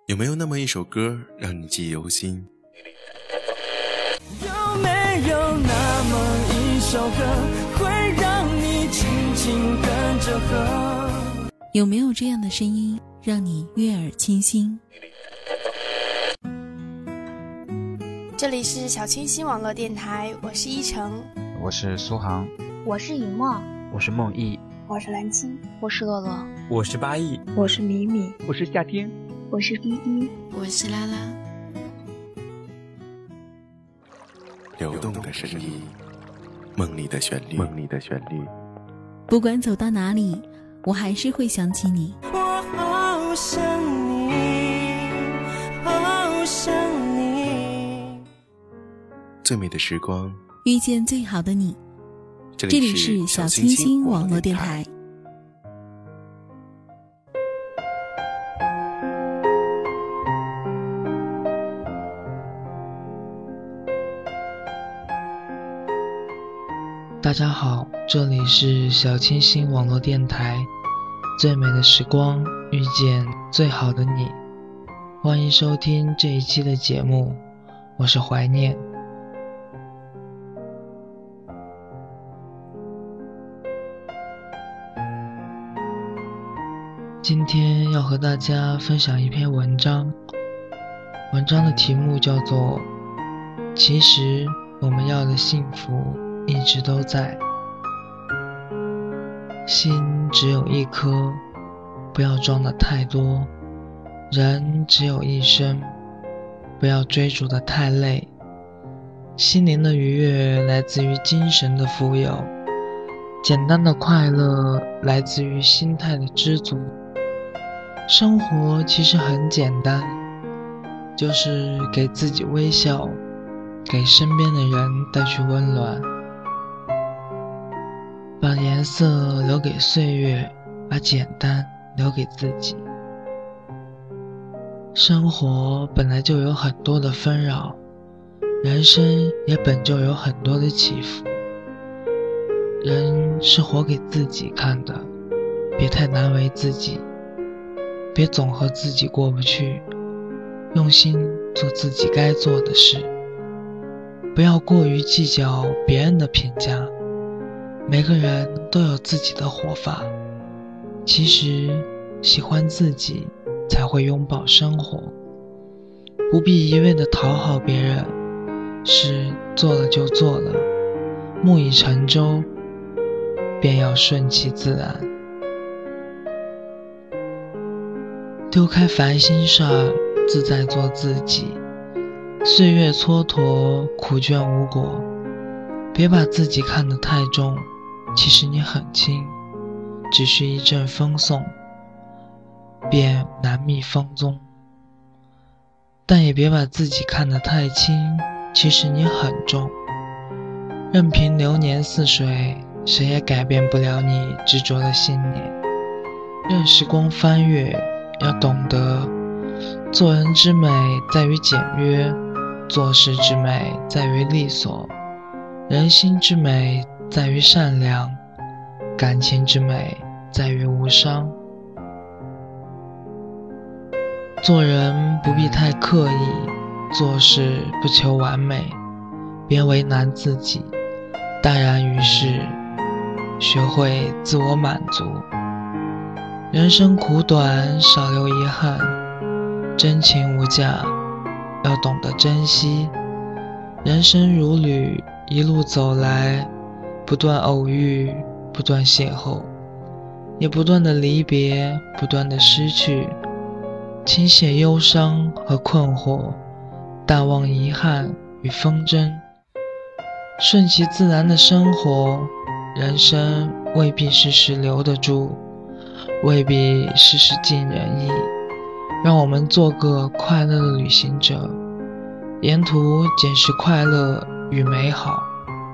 有没有那么一首歌让你记忆犹新？ 有没有那么一首歌会让你轻轻跟着和？ 有没有这样的声音让你悦耳清新？ 这里是小清新网络电台，我是依晨， 我是苏杭， 我是雨墨， 我是梦忆， 我是蓝青， 我是洛洛， 我是八亿， 我是米米， 我是夏天， 我是依依， 我是拉拉。 流动的声音，梦里的旋律， 不管走到哪里，我还是会想起你。 我好想你，好想你。 最美的时光， 遇见最好的你。这里是小清新网络电台。 大家好，这里是小清新网络电台，最美的时光遇见最好的你，欢迎收听这一期的节目，我是怀念。今天要和大家分享一篇文章，文章的题目叫做其实我们要的幸福一直都在。心只有一颗，不要装得太多，人只有一生，不要追逐得太累。心灵的愉悦来自于精神的富有，简单的快乐来自于心态的知足。生活其实很简单，就是给自己微笑，给身边的人带去温暖，把颜色留给岁月，把简单留给自己。生活本来就有很多的纷扰，人生也本就有很多的起伏。人是活给自己看的，别太难为自己，别总和自己过不去，用心做自己该做的事，不要过于计较别人的评价。每个人都有自己的活法，其实喜欢自己才会拥抱生活，不必一味地讨好别人，事做了就做了，木已成舟，便要顺其自然。丢开烦心事儿，自在做自己，岁月蹉跎，苦倦无果，别把自己看得太重，其实你很轻，只需一阵风送，便难觅芳踪。但也别把自己看得太轻，其实你很重，任凭流年似水，谁也改变不了你执着的信念。任时光翻阅，要懂得做人之美在于简约，做事之美在于利索，人心之美在于善良，感情之美在于无伤。做人不必太刻意，做事不求完美，别为难自己，淡然于世，学会自我满足。人生苦短，少留遗憾，真情无价，要懂得珍惜。人生如旅，一路走来，不断偶遇，不断邂逅，也不断的离别，不断的失去。倾泻忧伤和困惑，淡忘遗憾与纷争，顺其自然的生活。人生未必时时留得住，未必事事尽人意，让我们做个快乐的旅行者，沿途捡拾快乐与美好。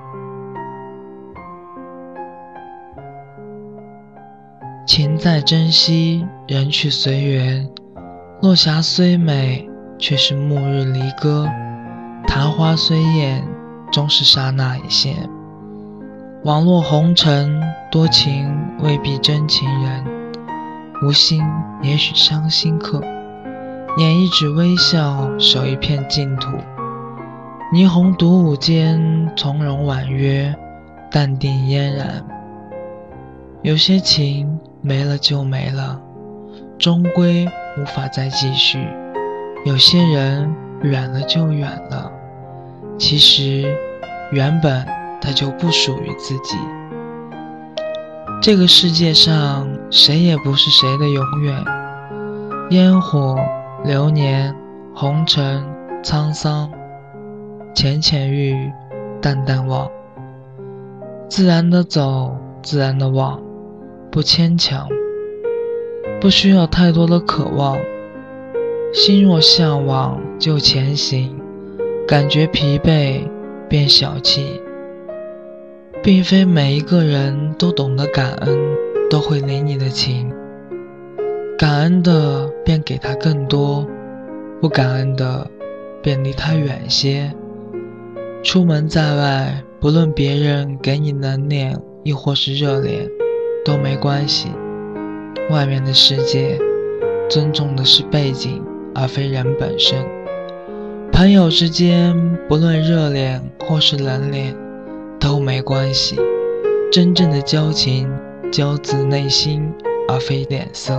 情在珍惜，人去随缘。落霞虽美，却是暮日离歌；昙花虽艳，终是刹那一现。网络红尘，多情未必真情人，无心也许伤心客。 捻一指微笑，守一片净土。霓虹独舞间，从容婉约，淡定嫣然。有些情没了就没了，终归无法再继续。有些人远了就远了，其实原本它就不属于自己。这个世界上谁也不是谁的永远，烟火、流年、红尘、沧桑，浅浅遇，淡淡忘。自然的走，自然的忘，不牵强，不需要太多的渴望。心若向往就前行，感觉疲惫便小气。并非每一个人都懂得感恩，都会领你的情。感恩的便给他更多，不感恩的便离他远些。出门在外，不论别人给你冷脸亦或是热脸都没关系。外面的世界尊重的是背景而非人本身。朋友之间，不论热脸或是冷脸都没关系。真正的交情交自内心而非脸色。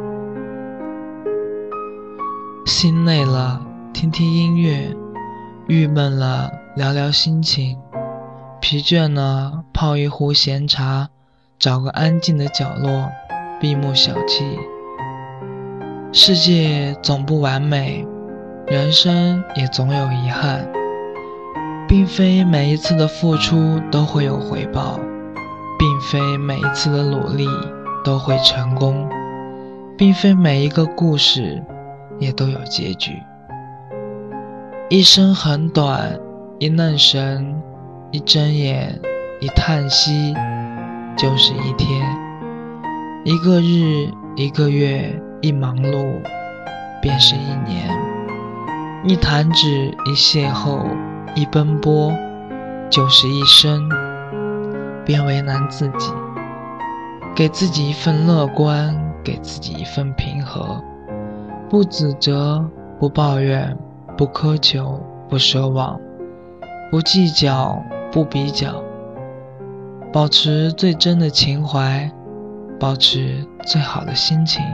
心累了听听音乐，郁闷了聊聊心情，疲倦了泡一壶闲茶，找个安静的角落闭目小憩。世界总不完美，人生也总有遗憾，并非每一次的付出都会有回报，并非每一次的努力都会成功，并非每一个故事也都有结局。一生很短，一愣神，一睁眼，一叹息，就是一天。一个日，一个月，一忙碌，便是一年。一弹指，一邂逅，一奔波，就是一生。别为难自己，给自己一份乐观，给自己一份平和。不指责，不抱怨，不苛求，不奢望，不计较，不比较。保持最真的情怀，保持最好的心情。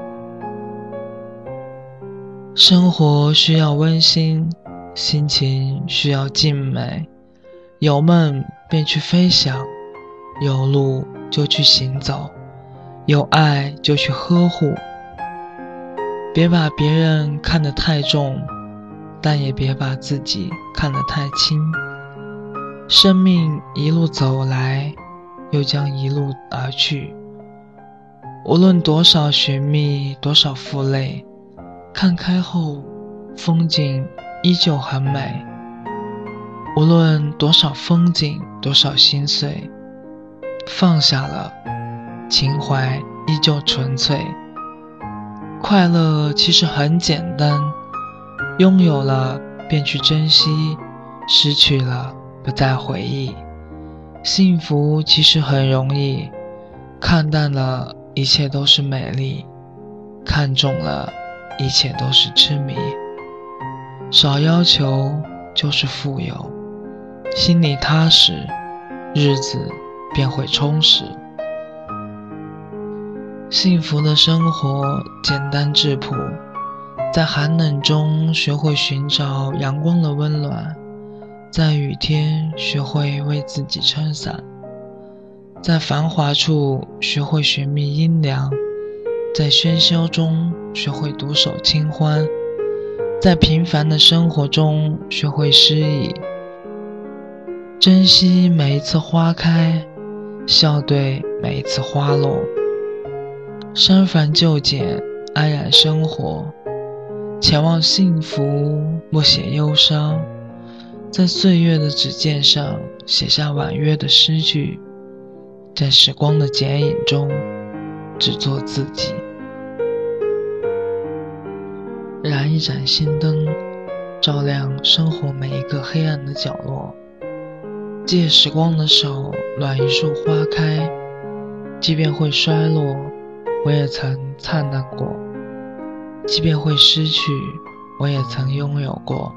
生活需要温馨，心情需要静美。有梦便去飞翔，有路就去行走，有爱就去呵护。别把别人看得太重，但也别把自己看得太轻。生命一路走来，又将一路而去。无论多少寻觅，多少负累，看开后，风景依旧很美。无论多少风景，多少心碎，放下了，情怀依旧纯粹。快乐其实很简单，拥有了便去珍惜，失去了不再回忆。幸福其实很容易，看淡了一切都是美丽，看重了一切都是痴迷。少要求就是富有，心里踏实，日子便会充实。幸福的生活简单质朴，在寒冷中学会寻找阳光的温暖，在雨天学会为自己撑伞，在繁华处学会寻觅阴凉，在喧嚣中学会独守清欢，在平凡的生活中学会诗意。珍惜每一次花开，笑对每一次花落。删繁就简，安然生活，前往幸福，莫写忧伤。在岁月的纸笺上写下婉约的诗句，在时光的剪影中只做自己。燃一盏心灯，照亮生活每一个黑暗的角落。借时光的手，暖一束花开，即便会衰落，我也曾灿烂过。 即便会失去，我也曾拥有过。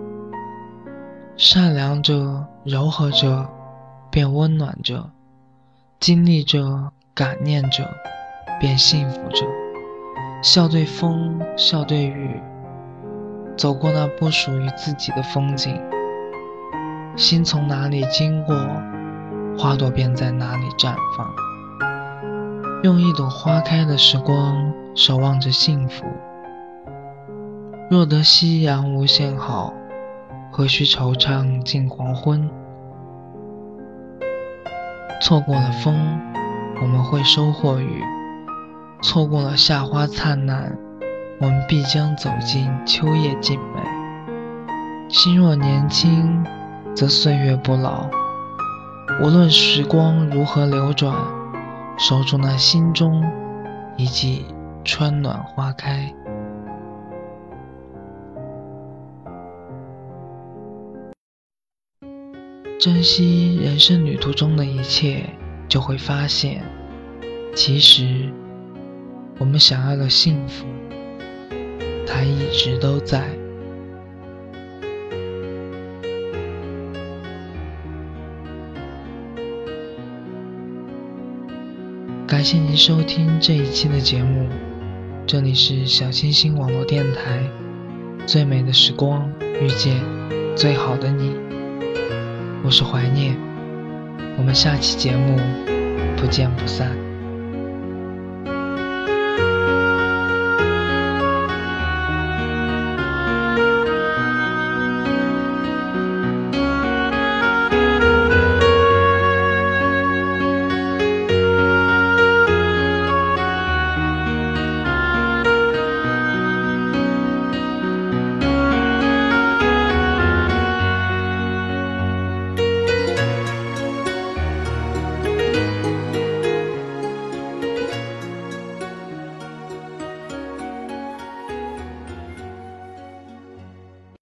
善良着，柔和着，便温暖着；经历着，感念着，便幸福着。笑对风，笑对雨，走过那不属于自己的风景。心从哪里经过，花朵便在哪里绽放。用一朵花开的时光，守望着幸福。若得夕阳无限好，何须惆怅尽黄昏。错过了风，我们会收获雨；错过了夏花灿烂，我们必将走进秋叶静美。心若年轻，则岁月不老。无论时光如何流转，守住那心中一季春暖花开。珍惜人生旅途中的一切，就会发现，其实我们想要的幸福，它一直都在。感谢您收听这一期的节目，这里是小星星网络电台，最美的时光遇见最好的你。我是怀念，我们下期节目不见不散。